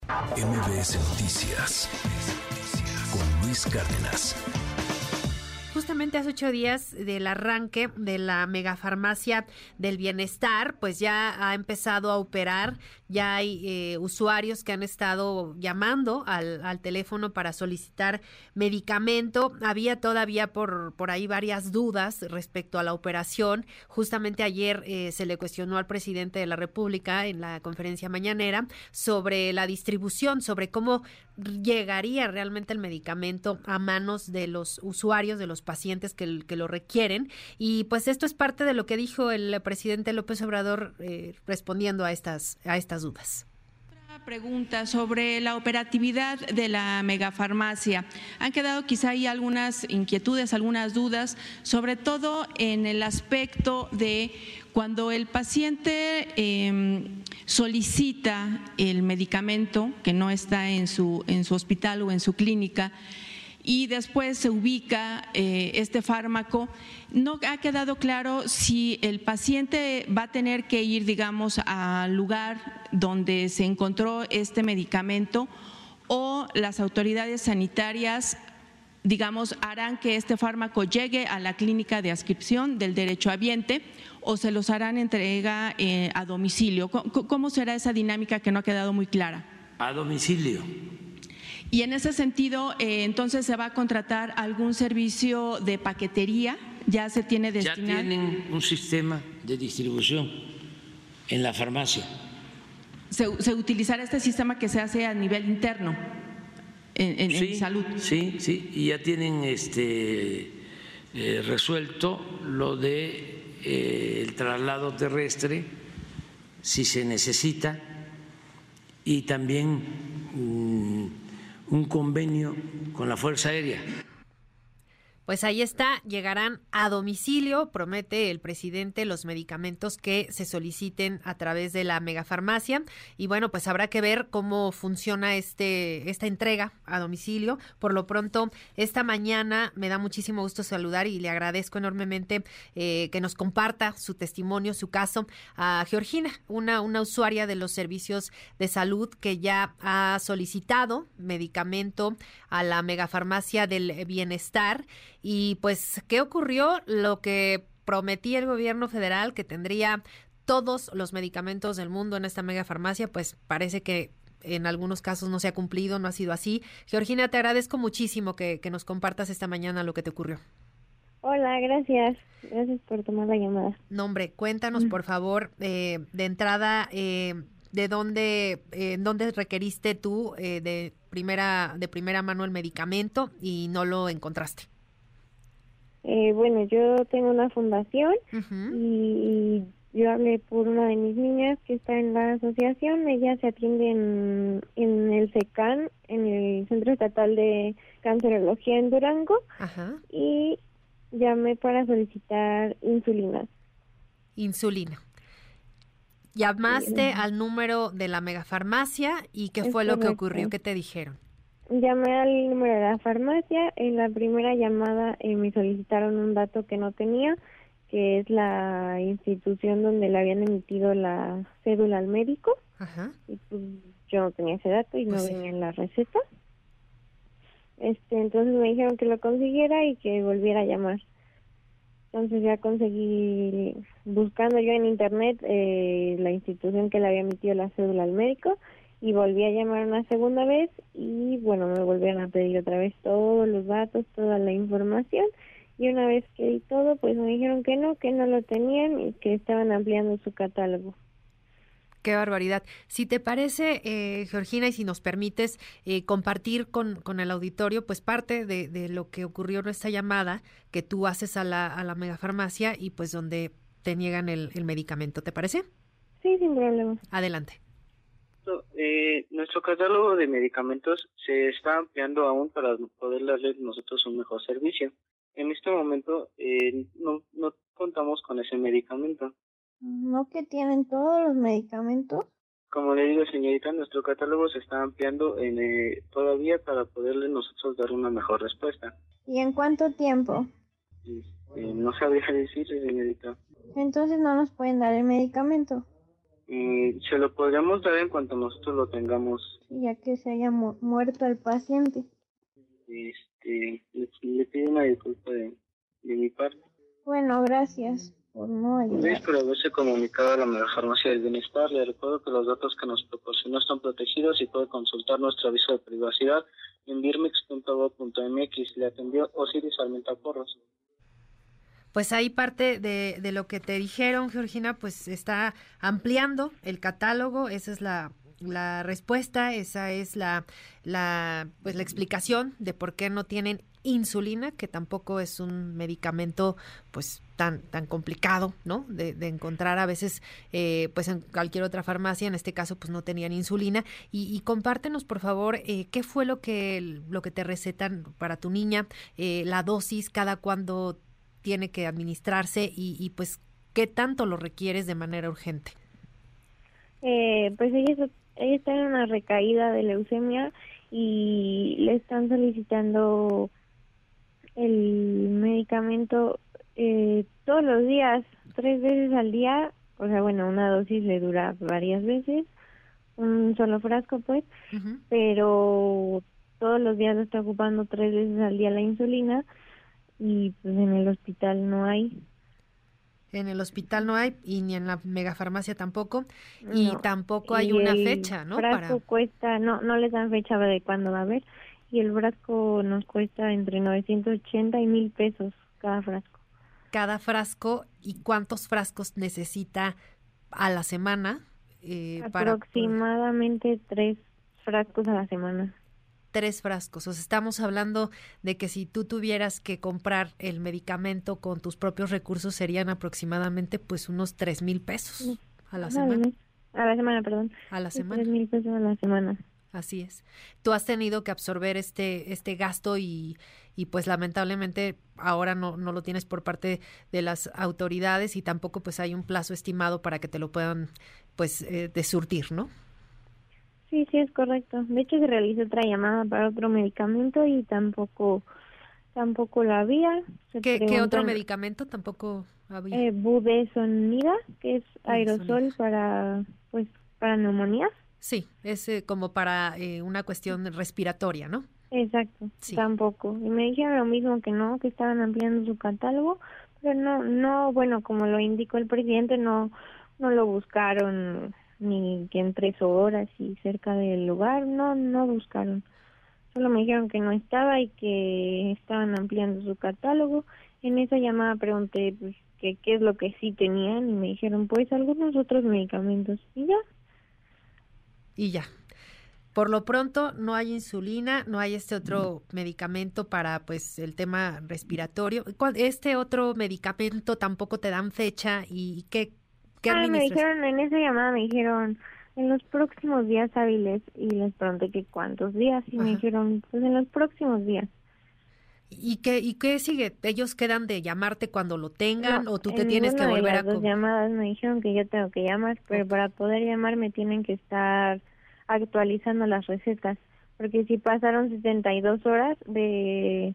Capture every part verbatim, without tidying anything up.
M B S Noticias con Luis Cárdenas. Justamente hace ocho días del arranque de la megafarmacia del bienestar, pues ya ha empezado a operar, ya hay eh, usuarios que han estado llamando al, al teléfono para solicitar medicamento. Había todavía por, por ahí varias dudas respecto a la operación. Justamente ayer eh, se le cuestionó al presidente de la República en la conferencia mañanera sobre la distribución, sobre cómo llegaría realmente el medicamento a manos de los usuarios, de los pacientes que, que lo requieren. Y pues esto es parte de lo que dijo el presidente López Obrador eh, respondiendo a estas, a estas dudas. Pregunta sobre la operatividad de la megafarmacia. Han quedado quizá ahí algunas inquietudes, algunas dudas, sobre todo en el aspecto de cuando el paciente eh, solicita el medicamento que no está en su, en su hospital o en su clínica, y después se ubica eh, este fármaco. No ha quedado claro si el paciente va a tener que ir, digamos, al lugar donde se encontró este medicamento, o las autoridades sanitarias, digamos, harán que este fármaco llegue a la clínica de adscripción del derechohabiente, o se los harán entrega eh, a domicilio. ¿Cómo será esa dinámica que no ha quedado muy clara? A domicilio. Y en ese sentido, eh, entonces, ¿se va a contratar algún servicio de paquetería? ¿Ya se tiene destinado? Ya tienen un sistema de distribución en la farmacia. ¿Se, se utilizará este sistema que se hace a nivel interno en, en, sí, en salud? Sí, sí, y ya tienen este eh, resuelto lo de eh, el traslado terrestre, si se necesita, y también um, un convenio con la Fuerza Aérea. Pues ahí está, llegarán a domicilio, promete el presidente, los medicamentos que se soliciten a través de la megafarmacia. Y bueno, pues habrá que ver cómo funciona este esta entrega a domicilio. Por lo pronto, esta mañana me da muchísimo gusto saludar y le agradezco enormemente eh, que nos comparta su testimonio, su caso, a Georgina, una, una usuaria de los servicios de salud que ya ha solicitado medicamento a la megafarmacia del bienestar. Y pues, ¿qué ocurrió? Lo que prometía el gobierno federal, que tendría todos los medicamentos del mundo en esta megafarmacia, pues parece que en algunos casos no se ha cumplido, no ha sido así. Georgina, te agradezco muchísimo que, que nos compartas esta mañana lo que te ocurrió. Hola, gracias. Gracias por tomar la llamada. No, hombre, cuéntanos, por favor, eh, de entrada, eh, de dónde, eh, dónde requeriste tú eh, de primera, de primera mano el medicamento y no lo encontraste. Eh, bueno, yo tengo una fundación Uh-huh. y yo hablé por una de mis niñas que está en la asociación. Ella se atiende en, en el SECAN, en el Centro Estatal de Cancerología en Durango. Ajá. Y llamé para solicitar insulina. Insulina. Llamaste Sí. al número de la megafarmacia y ¿qué Es fue lo que correcto. ocurrió? ¿Qué te dijeron? Llamé al número de la farmacia. En la primera llamada eh, me solicitaron un dato que no tenía, que es la institución donde le habían emitido la cédula al médico. Ajá. Y pues yo no tenía ese dato y Pues no sí. venía en la receta. Este, entonces me dijeron que lo consiguiera y que volviera a llamar. Entonces ya conseguí, buscando yo en internet, eh, la institución que le había emitido la cédula al médico, y volví a llamar una segunda vez y bueno, me volvieron a pedir otra vez todos los datos, toda la información, y una vez que di todo, pues me dijeron que no, que no lo tenían y que estaban ampliando su catálogo. Qué barbaridad. Si te parece, eh, Georgina, y si nos permites eh, compartir con, con el auditorio, pues parte de, de lo que ocurrió en esta llamada que tú haces a la, a la megafarmacia y pues donde te niegan el, el medicamento. ¿Te parece? Sí, sin problema. Adelante. Eh, nuestro catálogo de medicamentos se está ampliando aún para poder darles nosotros un mejor servicio. En este momento eh, no, no contamos con ese medicamento. ¿No que tienen todos los medicamentos? Como le digo, señorita, nuestro catálogo se está ampliando en, eh, todavía para poderle nosotros dar una mejor respuesta. ¿Y en cuánto tiempo? Eh, no sabría decirle, señorita. Entonces no nos pueden dar el medicamento. Eh, se lo podríamos dar en cuanto nosotros lo tengamos. Ya que se haya mu- muerto el paciente. Este, le, le pido una disculpa de, de mi parte. Bueno, gracias por no ayudar. Gracias por haberse comunicado a la Megafarmacia del Bienestar. Le recuerdo que los datos que nos proporcionó están protegidos y puede consultar nuestro aviso de privacidad en birmex punto gov punto mx. Le atendió Osiris Almenta Porros. Pues ahí parte de, de lo que te dijeron, Georgina, pues está ampliando el catálogo, esa es la, la respuesta, esa es la, la, pues la explicación de por qué no tienen insulina, que tampoco es un medicamento pues tan, tan complicado, ¿no? De, de encontrar a veces, eh, pues en cualquier otra farmacia, en este caso pues no tenían insulina. Y, y compártenos, por favor, eh, qué fue lo que, lo que te recetan para tu niña, eh, la dosis, cada cuándo tiene que administrarse y, y pues qué tanto lo requieres de manera urgente. Eh, pues ella, está- ella está en una recaída de leucemia y le están solicitando el medicamento eh, todos los días, tres veces al día. O sea, bueno, una dosis le dura varias veces, un solo frasco pues, Uh-huh. pero todos los días lo está ocupando tres veces al día la insulina y pues en el hospital no hay. En el hospital no hay y ni en la megafarmacia tampoco y No. tampoco hay Y una el fecha, ¿no? frasco Para cuesta, no, no les dan fecha de cuándo va a haber, y el frasco nos cuesta entre novecientos ochenta y mil pesos cada frasco. cada frasco y cuántos frascos necesita a la semana eh, para poder- Aproximadamente tres frascos a la semana. tres frascos. O sea, estamos hablando de que si tú tuvieras que comprar el medicamento con tus propios recursos serían aproximadamente pues unos tres mil pesos a la Al semana. mes. A la semana, perdón. A la Sí, semana. Tres mil pesos a la semana. Así es. Tú has tenido que absorber este este gasto y, y pues lamentablemente ahora no, no lo tienes por parte de las autoridades y tampoco pues hay un plazo estimado para que te lo puedan pues eh, de surtir, ¿no? Sí, sí, es correcto. De hecho, se realizó otra llamada para otro medicamento y tampoco tampoco la había. Se ¿Qué, ¿Qué otro preguntan, medicamento tampoco había? Eh, budesonida, que es aerosol Budesonida. para, pues, para neumonías. Sí, es eh, como para eh, una cuestión respiratoria, ¿no? Exacto, Sí. tampoco. Y me dijeron lo mismo, que no, que estaban ampliando su catálogo, pero no, no, bueno, como lo indicó el presidente, no, no lo buscaron ni que en tres horas y cerca del lugar, no, no buscaron. Solo me dijeron que no estaba y que estaban ampliando su catálogo. En esa llamada pregunté pues, que qué es lo que sí tenían y me dijeron pues algunos otros medicamentos y ya. Y ya. Por lo pronto no hay insulina, no hay este otro medicamento para pues el tema respiratorio. ¿Cuál- Este otro medicamento tampoco te dan fecha y qué, qué Ah, me administras? dijeron, en esa llamada me dijeron en los próximos días hábiles y les pregunté que cuántos días y me Ajá. dijeron pues en los próximos días. ¿Y qué, ¿Y qué sigue? ¿Ellos quedan de llamarte cuando lo tengan No, o tú te en tienes que ninguna de volver a... las dos com- llamadas me dijeron que yo tengo que llamar, pero Ok. para poder llamar me tienen que estar actualizando las recetas, porque si pasaron setenta y dos horas de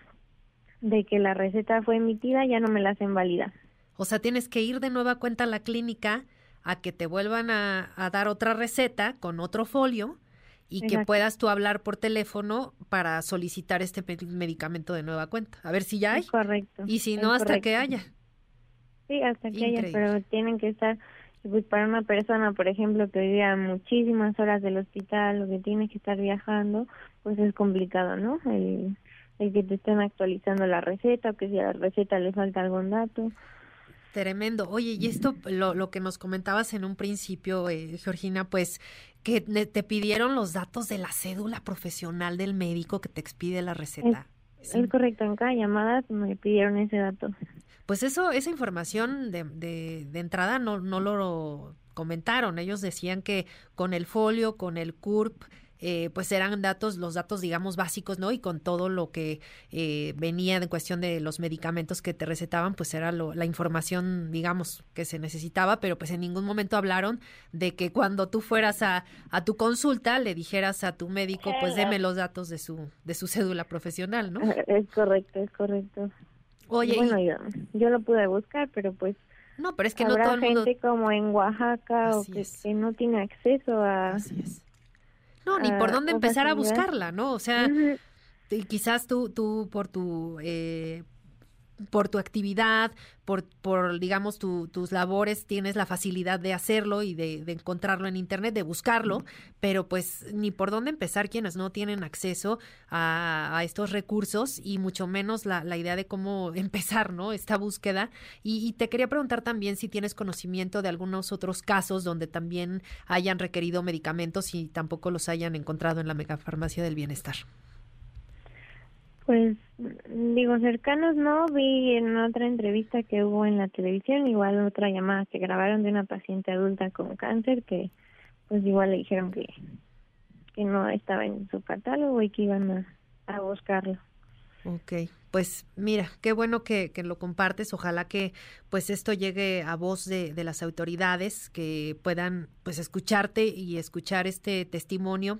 de que la receta fue emitida, ya no me la hacen válida. O sea, tienes que ir de nueva cuenta a la clínica a que te vuelvan a, a dar otra receta con otro folio y que Exacto. puedas tú hablar por teléfono para solicitar este pe- medicamento de nueva cuenta. A ver si ya hay. Es correcto. Y si es no, hasta correcto. que haya. Sí, hasta que haya, Increíble. pero tienen que estar, pues para una persona, por ejemplo, que vive a muchísimas horas del hospital o que tiene que estar viajando, pues es complicado, ¿no? El, el que te estén actualizando la receta o que si a la receta le falta algún dato. Tremendo. Oye, y esto, lo, lo que nos comentabas en un principio, eh, Georgina, pues que ne- te pidieron los datos de la cédula profesional del médico que te expide la receta. Es Es correcto, en cada llamada me pidieron ese dato. Pues eso, esa información de, de, de entrada no, no lo comentaron. Ellos decían que con el folio, con el C U R P, eh, pues eran datos, los datos, digamos, básicos, ¿no? Y con todo lo que eh, venía en cuestión de los medicamentos que te recetaban, pues era lo, la información, digamos, que se necesitaba, pero pues en ningún momento hablaron de que cuando tú fueras a, a tu consulta le dijeras a tu médico, pues deme los datos de su, de su cédula profesional, ¿no? Es correcto, es correcto. Oye, bueno, y- yo, yo lo pude buscar, pero pues No, pero es que habrá no todo el mundo... gente como en Oaxaca Así o que, es. que no tiene acceso a... Así es. No, ni por a- dónde o empezar a facilidad. buscarla, ¿no? O sea, Ujú. y quizás tú, tú por tu... Eh, por tu actividad, por, por digamos, tu, tus labores, tienes la facilidad de hacerlo y de, de encontrarlo en Internet, de buscarlo, pero pues ni por dónde empezar quienes no tienen acceso a, a estos recursos y mucho menos la, la idea de cómo empezar, ¿no? Esta búsqueda. Y, y te quería preguntar también si tienes conocimiento de algunos otros casos donde también hayan requerido medicamentos y tampoco los hayan encontrado en la megafarmacia del bienestar. Pues digo, cercanos no, vi en otra entrevista que hubo en la televisión, igual otra llamada que grabaron de una paciente adulta con cáncer que pues igual le dijeron que, que no estaba en su catálogo y que iban a, a buscarlo. Ok, pues mira, qué bueno que, que lo compartes. Ojalá que pues esto llegue a voz de, de las autoridades, que puedan pues escucharte y escuchar este testimonio,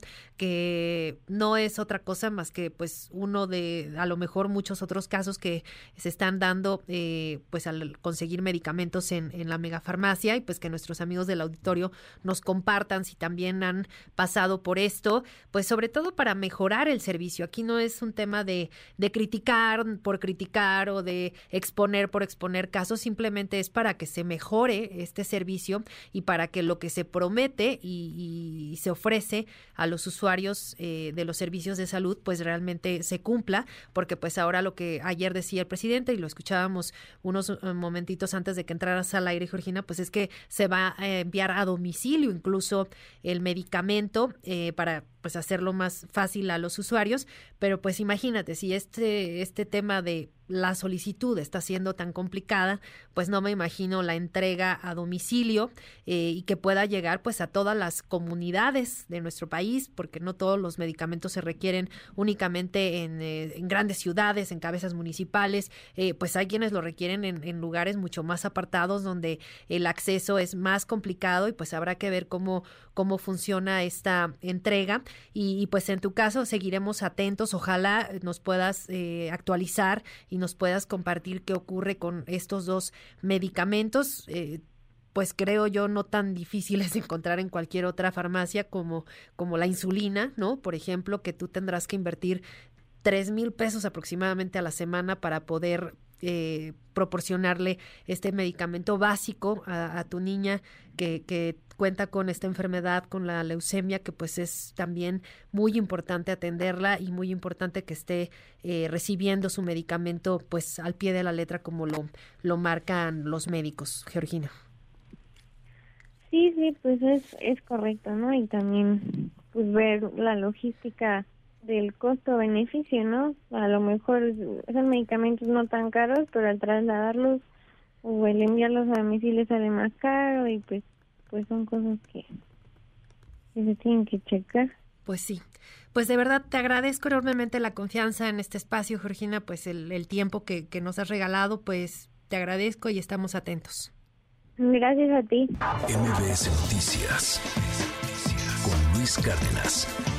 que no es otra cosa más que pues uno de a lo mejor muchos otros casos que se están dando eh, pues al conseguir medicamentos en, en la megafarmacia, y pues que nuestros amigos del auditorio nos compartan si también han pasado por esto, pues sobre todo para mejorar el servicio. Aquí no es un tema de, de criticar por criticar o de exponer por exponer casos, simplemente es para que se mejore este servicio y para que lo que se promete y, y se ofrece a los usuarios eh, de los servicios de salud pues realmente se cumpla, porque pues ahora lo que ayer decía el presidente y lo escuchábamos unos uh, momentitos antes de que entraras al aire, Georgina, pues es que se va a enviar a domicilio incluso el medicamento eh, para pues hacerlo más fácil a los usuarios, pero pues imagínate, si este, este tema de la solicitud está siendo tan complicada, pues no me imagino la entrega a domicilio eh, y que pueda llegar pues a todas las comunidades de nuestro país, porque no todos los medicamentos se requieren únicamente en, eh, en grandes ciudades, en cabezas municipales, eh, pues hay quienes lo requieren en, en lugares mucho más apartados donde el acceso es más complicado y pues habrá que ver cómo, cómo funciona esta entrega y, y pues en tu caso seguiremos atentos, ojalá nos puedas eh, actualizar y nos puedas compartir qué ocurre con estos dos medicamentos, eh, pues creo yo no tan difíciles de encontrar en cualquier otra farmacia como, como la insulina, ¿no? Por ejemplo, que tú tendrás que invertir tres mil pesos aproximadamente a la semana para poder eh, proporcionarle este medicamento básico a, a tu niña que, que cuenta con esta enfermedad, con la leucemia, que pues es también muy importante atenderla y muy importante que esté eh, recibiendo su medicamento pues al pie de la letra como lo, lo marcan los médicos, Georgina. Sí, sí, pues es, es correcto, ¿no? Y también pues ver la logística del costo-beneficio, ¿no? A lo mejor son medicamentos no tan caros, pero al trasladarlos o el enviarlos a domicilio sale más caro y pues pues son cosas que, que se tienen que checar. Pues sí, pues de verdad te agradezco enormemente la confianza en este espacio, Georgina, pues el, el tiempo que, que nos has regalado, pues te agradezco y estamos atentos. Gracias a ti. M B S Noticias con Luis Cárdenas.